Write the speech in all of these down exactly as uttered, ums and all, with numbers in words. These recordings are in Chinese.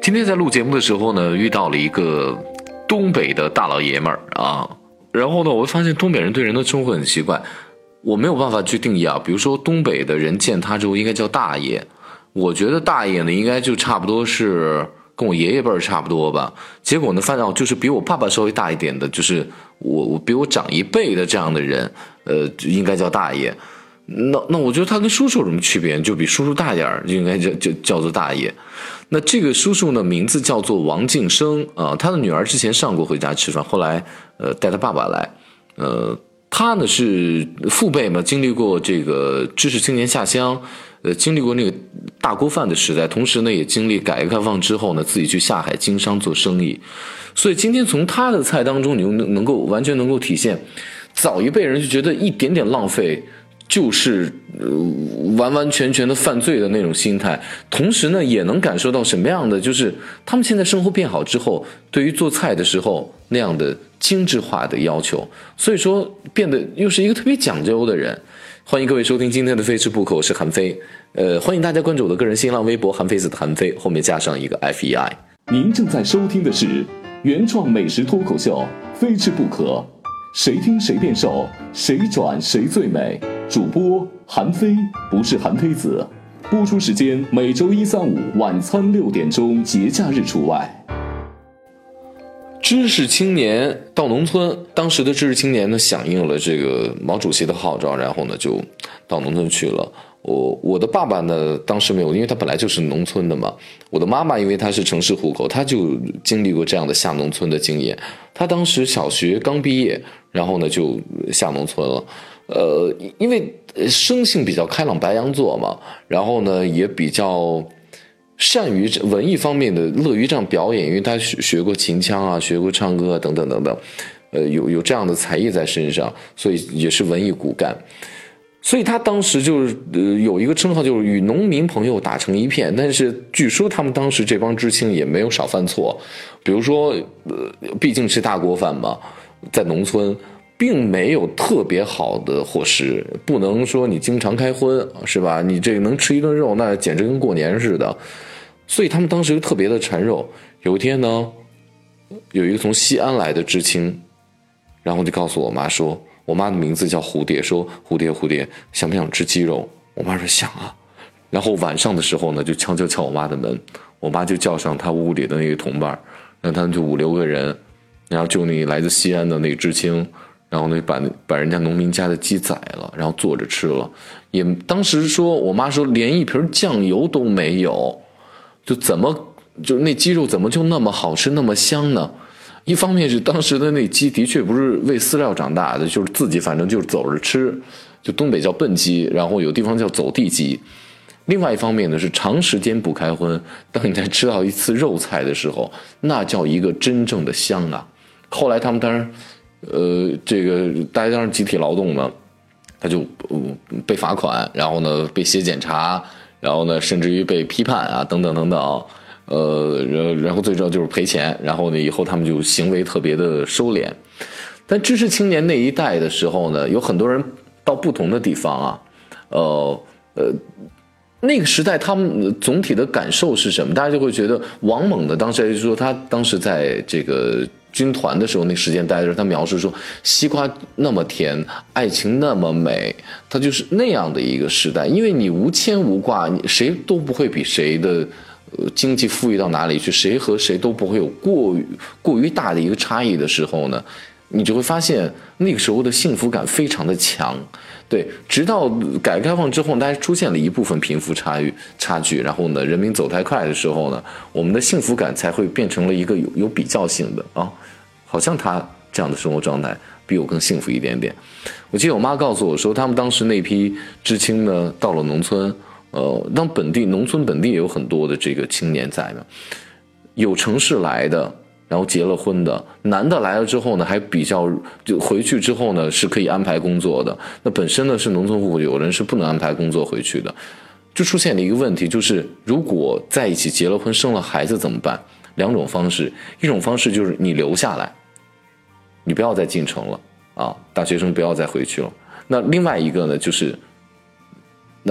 今天在录节目的时候呢，遇到了一个东北的大老爷们儿啊，然后呢，我会发现东北人对人的称呼很奇怪，我没有办法去定义啊。比如说东北的人见他之后应该叫大爷，我觉得大爷呢应该就差不多是跟我爷爷辈儿差不多吧。结果呢，发现就是比我爸爸稍微大一点的，就是我我比我长一辈的这样的人，呃，应该叫大爷。那那我觉得他跟叔叔有什么区别？就比叔叔大点儿，就应该叫就叫做大爷。那这个叔叔呢，名字叫做王晋生啊、呃，他的女儿之前上过回家吃饭，后来呃带他爸爸来，呃，他呢是父辈嘛，经历过这个知识青年下乡，呃，经历过那个大锅饭的时代，同时呢也经历改革开放之后呢，自己去下海经商做生意，所以今天从他的菜当中，你又能能够完全能够体现，早一辈人就觉得一点点浪费。就是呃完完全全的犯罪的那种心态，同时呢也能感受到什么样的，就是他们现在生活变好之后，对于做菜的时候那样的精致化的要求，所以说变得又是一个特别讲究的人。欢迎各位收听今天的非吃不可，我是韩非，呃，欢迎大家关注我的个人新浪微博韩非子的韩非，后面加上一个 F E I。 您正在收听的是原创美食脱口秀《非吃不可》，谁听谁变瘦，谁转谁最美。主播韩非，不是韩非子。播出时间每周一、三、五晚餐六点钟，节假日除外。 知识青年到农村，当时的知识青年呢，响应了这个毛主席的号召，然后呢就到农村去了。我我的爸爸呢，当时没有，因为他本来就是农村的嘛。我的妈妈因为她是城市户口，她就经历过这样的下农村的经验。她当时小学刚毕业，然后呢就下农村了。呃，因为生性比较开朗白羊座嘛，然后呢也比较善于文艺方面的，乐于这样表演，因为他学学过秦腔啊，学过唱歌啊，等等等等，呃，有有这样的才艺在身上，所以也是文艺骨干。所以他当时就是呃有一个称号，就是与农民朋友打成一片。但是据说他们当时这帮知青也没有少犯错，比如说呃，毕竟是大锅饭嘛，在农村。并没有特别好的伙食，不能说你经常开荤，是吧？你这个能吃一顿肉，那简直跟过年似的。所以他们当时就特别的馋肉。有一天呢，有一个从西安来的知青，然后就告诉我妈说，我妈的名字叫蝴蝶，说蝴蝶蝴蝶，想不想吃鸡肉？我妈说想啊。然后晚上的时候呢，就悄悄敲我妈的门，我妈就叫上她屋里的那个同伴，然后他们就五六个人，然后就那来自西安的那个知青。然后呢，把把人家农民家的鸡宰了，然后做着吃了。也当时说，我妈说连一瓶酱油都没有，就怎么就那鸡肉怎么就那么好吃，那么香呢？一方面是当时的那鸡的确不是喂饲料长大的，就是自己反正就是走着吃，就东北叫笨鸡，然后有地方叫走地鸡。另外一方面呢，是长时间不开荤，当你在吃到一次肉菜的时候，那叫一个真正的香啊。后来他们当然。呃，这个大家当然集体劳动嘛，他就、呃、被罚款，然后呢被写检查，然后呢甚至于被批判啊，等等等等，呃，然后最重要就是赔钱，然后呢以后他们就行为特别的收敛。但知识青年那一代的时候呢，有很多人到不同的地方啊，呃呃。那个时代，他们总体的感受是什么？大家就会觉得王猛的当时就说，他当时在这个军团的时候，那时间待的时候，他描述说，西瓜那么甜，爱情那么美，他就是那样的一个时代。因为你无牵无挂，你谁都不会比谁的呃经济富裕到哪里去，谁和谁都不会有过于过于大的一个差异的时候呢，你就会发现那个时候的幸福感非常的强。对，直到改革开放之后，大家出现了一部分贫富差距差距，然后呢，人民走太快的时候呢，我们的幸福感才会变成了一个有有比较性的啊，好像他这样的生活状态比我更幸福一点点。我记得我妈告诉我说，他们当时那批知青呢，到了农村，呃，当本地农村本地也有很多的这个青年在嘛，有城市来的。然后结了婚的男的来了之后呢，还比较就回去之后呢是可以安排工作的。那本身呢是农村户口，有人是不能安排工作回去的，就出现了一个问题，就是如果在一起结了婚生了孩子怎么办？两种方式，一种方式就是你留下来，你不要再进城了啊，大学生不要再回去了。那另外一个呢，就是那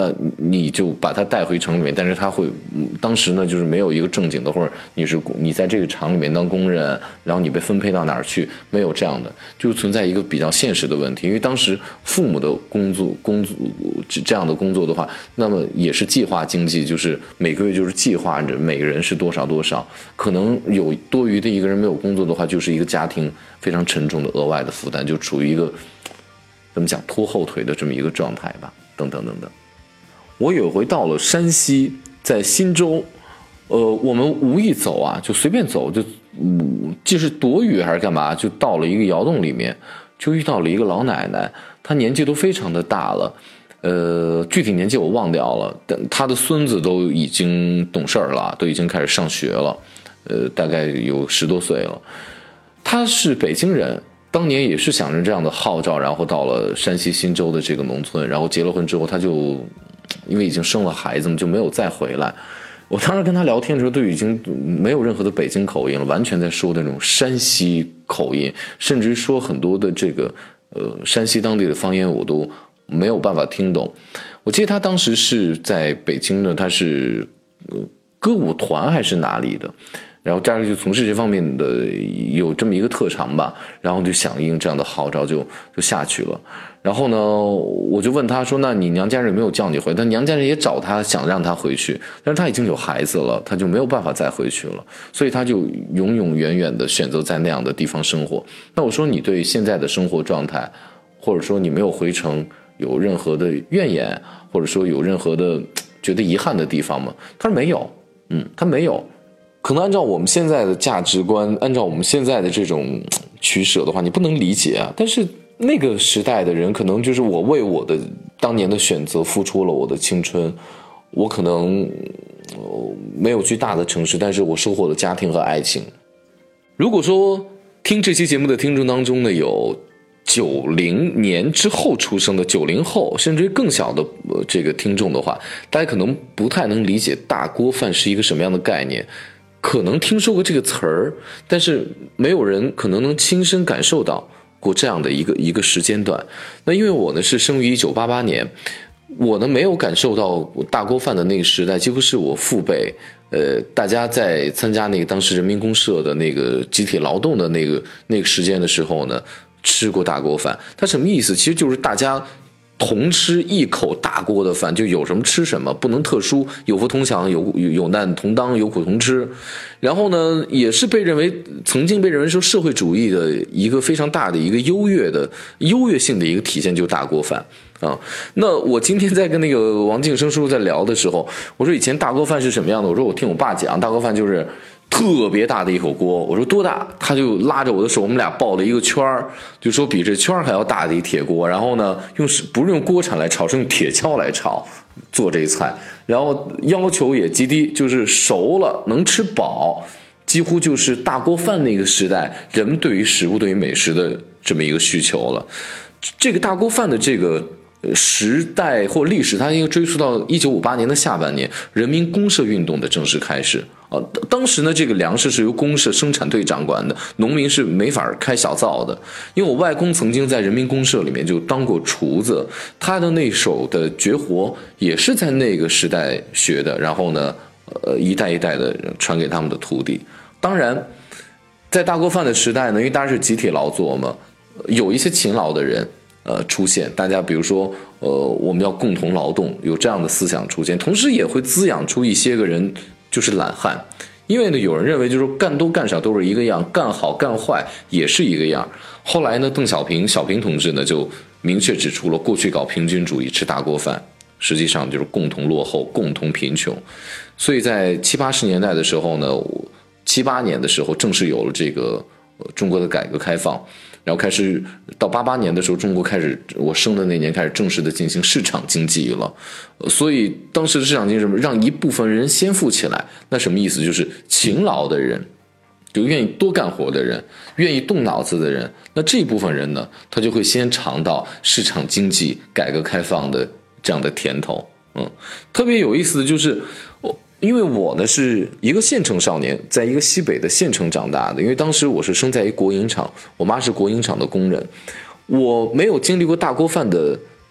你就把他带回城里面，但是他会，当时呢就是没有一个正经的，或者你是你在这个厂里面当工人，然后你被分配到哪儿去，没有这样的，就存在一个比较现实的问题。因为当时父母的工作工作这样的工作的话，那么也是计划经济，就是每个月就是计划着每个人是多少多少，可能有多余的一个人没有工作的话，就是一个家庭非常沉重的额外的负担，就处于一个怎么讲拖后腿的这么一个状态吧，等等等等。我有回到了山西，在忻州，呃，我们无意走啊，就随便走，就嗯，既是躲雨还是干嘛，就到了一个窑洞里面，就遇到了一个老奶奶，她年纪都非常的大了，呃，具体年纪我忘掉了，但她的孙子都已经懂事了，都已经开始上学了，呃，大概有十多岁了。她是北京人，当年也是想着这样的号召，然后到了山西忻州的这个农村，然后结了婚之后，她就因为已经生了孩子嘛，就没有再回来。我当时跟他聊天的时候，都已经没有任何的北京口音了，完全在说那种山西口音，甚至于说很多的这个呃山西当地的方言，我都没有办法听懂。我记得他当时是在北京呢，他是呃歌舞团还是哪里的，然后家里就从事这方面的有这么一个特长吧，然后就响应这样的号召就就下去了。然后呢，我就问他说：“那你娘家人有没有叫你回？”但娘家人也找他，想让他回去，但是他已经有孩子了，他就没有办法再回去了，所以他就永永远远的选择在那样的地方生活。那我说：“你对现在的生活状态，或者说你没有回城，有任何的怨言，或者说有任何的觉得遗憾的地方吗？”他说：“没有，嗯，他没有。”可能按照我们现在的价值观，按照我们现在的这种取舍的话，你不能理解啊。但是那个时代的人，可能就是我为我的当年的选择付出了我的青春，我可能、呃、没有去大的城市，但是我收获了家庭和爱情。如果说听这期节目的听众当中呢，有九零年之后出生的九零后，甚至于更小的、呃、这个听众的话，大家可能不太能理解大锅饭是一个什么样的概念。可能听说过这个词儿，但是没有人可能能亲身感受到过这样的一个一个时间段。那因为我呢是生于一九八八年，我呢没有感受到大锅饭的那个时代，几乎是我父辈，呃，大家在参加那个当时人民公社的那个集体劳动的那个那个时间的时候呢，吃过大锅饭。它什么意思？其实就是大家同吃一口大锅的饭，就有什么吃什么，不能特殊，有福同享，有有有难同当，有苦同吃。然后呢，也是被认为曾经被认为说社会主义的一个非常大的一个优越的优越性的一个体现，就是大锅饭啊。那我今天在跟那个王敬生叔叔在聊的时候，我说以前大锅饭是什么样的？我说我听我爸讲，大锅饭就是特别大的一口锅。我说多大？他就拉着我的手，我们俩抱了一个圈儿，就说比这圈儿还要大的一铁锅。然后呢，用不是用锅铲来炒，是用铁锹来炒做这一菜。然后要求也极低，就是熟了能吃饱，几乎就是大锅饭那个时代人们对于食物、对于美食的这么一个需求了。这个大锅饭的这个时代或历史，它应该追溯到一九五八年的下半年，人民公社运动的正式开始啊。当时呢，这个粮食是由公社生产队掌管的，农民是没法开小灶的。因为我外公曾经在人民公社里面就当过厨子，他的那手的绝活也是在那个时代学的，然后呢，呃，一代一代的传给他们的徒弟。当然，在大锅饭的时代呢，因为大家是集体劳作嘛，有一些勤劳的人。呃，出现，大家比如说，呃，我们要共同劳动，有这样的思想出现，同时也会滋养出一些个人，就是懒汉。因为呢，有人认为就是干多干少都是一个样，干好干坏也是一个样。后来呢，邓小平小平同志呢就明确指出了，过去搞平均主义吃大锅饭，实际上就是共同落后、共同贫穷。所以在七八十年代的时候呢，七八年的时候正式有了这个、呃、中国的改革开放。然后开始到八八年的时候，中国开始我生的那年开始正式的进行市场经济了，所以当时的市场经济什么让一部分人先富起来，那什么意思？就是勤劳的人，就愿意多干活的人，愿意动脑子的人，那这一部分人呢，他就会先尝到市场经济改革开放的这样的甜头。嗯，特别有意思的就是我。因为我呢是一个县城少年，在一个西北的县城长大的。因为当时我是生在一国营厂，我妈是国营厂的工人，我没有经历过大锅饭的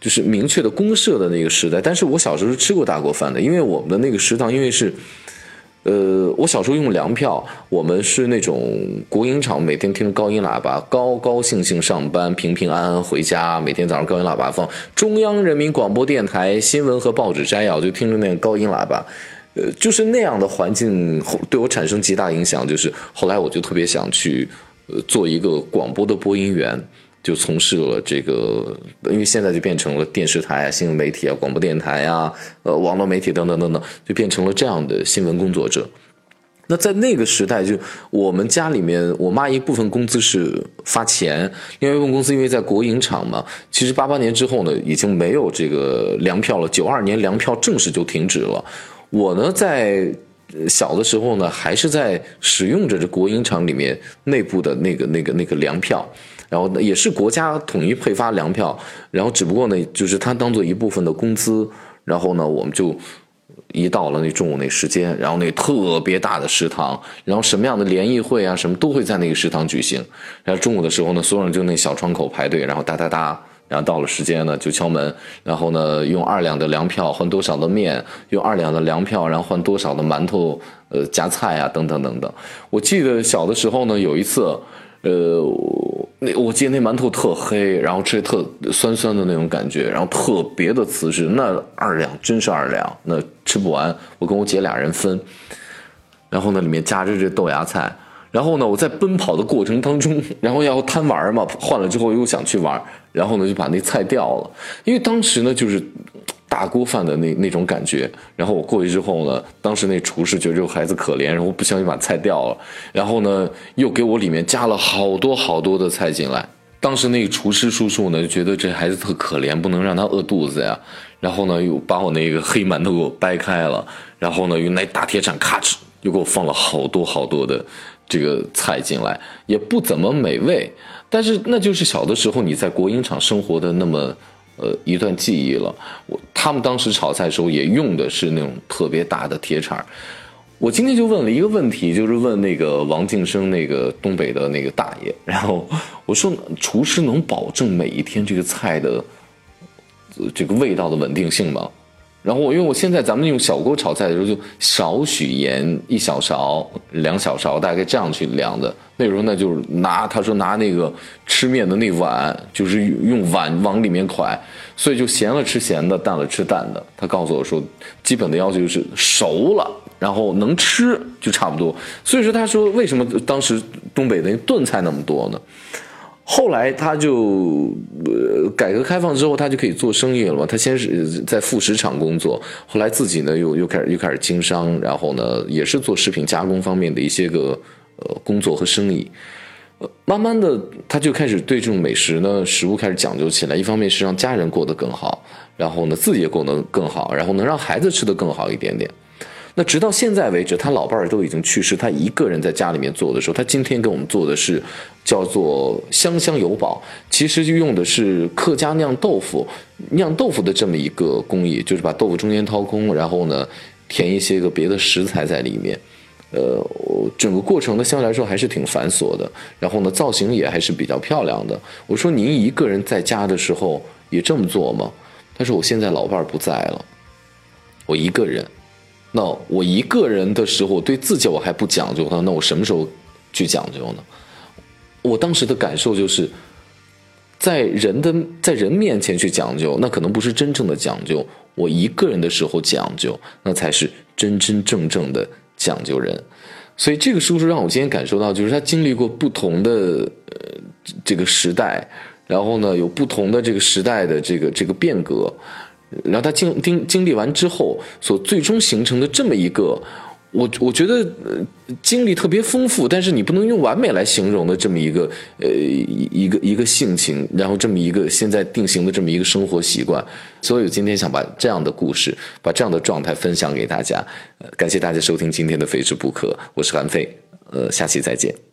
就是明确的公社的那个时代。但是我小时候是吃过大锅饭的，因为我们的那个食堂因为是。呃，我小时候用粮票，我们是那种国营厂，每天听着高音喇叭，高高兴兴上班，平平安安回家。每天早上高音喇叭放中央人民广播电台新闻和报纸摘要，就听着那个高音喇叭，呃，就是那样的环境对我产生极大影响。就是后来我就特别想去，呃，做一个广播的播音员。就从事了这个，因为现在就变成了电视台啊、新闻媒体啊、广播电台啊、呃网络媒体等等等等，就变成了这样的新闻工作者。那在那个时代，就我们家里面，我妈一部分工资是发钱，另外一部分工资因为在国营厂嘛，其实八八年之后呢，已经没有这个粮票了，九二年粮票正式就停止了。我呢，在小的时候呢，还是在使用着这国营厂里面内部的那个那个那个粮票。然后也是国家统一配发粮票，然后只不过呢，就是它当做一部分的工资，然后呢，我们就一到了那中午那时间，然后那特别大的食堂，然后什么样的联谊会啊，什么都会在那个食堂举行。然后中午的时候呢，所有人就那小窗口排队，然后哒哒哒，然后到了时间呢就敲门，然后呢用二两的粮票换多少的面，用二两的粮票然后换多少的馒头，呃夹菜啊等等等等。我记得小的时候呢，有一次，呃。那我记得那馒头特黑，然后吃特酸酸的那种感觉，然后特别的瓷实。那二两真是二两，那吃不完，我跟我姐俩人分。然后呢，里面夹着这豆芽菜。然后呢，我在奔跑的过程当中，然后要贪玩嘛，换了之后又想去玩，然后呢就把那菜掉了，因为当时呢就是大锅饭的那那种感觉。然后我过去之后呢，当时那厨师觉得这个孩子可怜，然后不小心把菜掉了，然后呢又给我里面加了好多好多的菜进来。当时那个厨师叔叔呢就觉得这孩子特可怜，不能让他饿肚子呀，然后呢又把我那个黑馒头给我掰开了，然后呢用那大铁铲咔哧又给我放了好多好多的这个菜进来，也不怎么美味，但是那就是小的时候你在国营厂生活的那么呃一段记忆了。我他们当时炒菜的时候也用的是那种特别大的铁铲。我今天就问了一个问题，就是问那个王晋生那个东北的那个大爷，然后我说厨师能保证每一天这个菜的这个味道的稳定性吗？然后我因为我现在咱们用小锅炒菜的时候就少许盐一小勺两小勺大概这样去量的，那时候呢就是拿他说拿那个吃面的那碗就是用碗往里面蒯，所以就咸了吃咸的淡了吃淡的。他告诉我说基本的要求就是熟了然后能吃就差不多。所以说他说为什么当时东北的炖菜那么多呢？后来他就呃改革开放之后他就可以做生意了嘛，他先是在副食厂工作，后来自己呢又又开始又开始经商，然后呢也是做食品加工方面的一些个呃工作和生意。呃慢慢的他就开始对这种美食呢食物开始讲究起来，一方面是让家人过得更好，然后呢自己也过得更好，然后能让孩子吃得更好一点点。那直到现在为止，他老伴儿都已经去世，他一个人在家里面做的时候，他今天给我们做的是叫做香香有宝，其实就用的是客家酿豆腐酿豆腐的这么一个工艺，就是把豆腐中间掏空，然后呢填一些个别的食材在里面。呃，整个过程呢相对来说还是挺繁琐的，然后呢造型也还是比较漂亮的。我说您一个人在家的时候也这么做吗？他说我现在老伴儿不在了，我一个人。那我一个人的时候对自己我还不讲究，那我什么时候去讲究呢？我当时的感受就是在人的在人面前去讲究，那可能不是真正的讲究，我一个人的时候讲究，那才是真真正正的讲究人。所以这个叔叔让我今天感受到，就是他经历过不同的呃这个时代，然后呢有不同的这个时代的这个这个变革，然后他经经经历完之后所最终形成的这么一个我我觉得呃经历特别丰富，但是你不能用完美来形容的这么一个呃一个一个性情，然后这么一个现在定型的这么一个生活习惯。所以我今天想把这样的故事把这样的状态分享给大家。呃感谢大家收听今天的非吃不可，我是韩非，呃下期再见。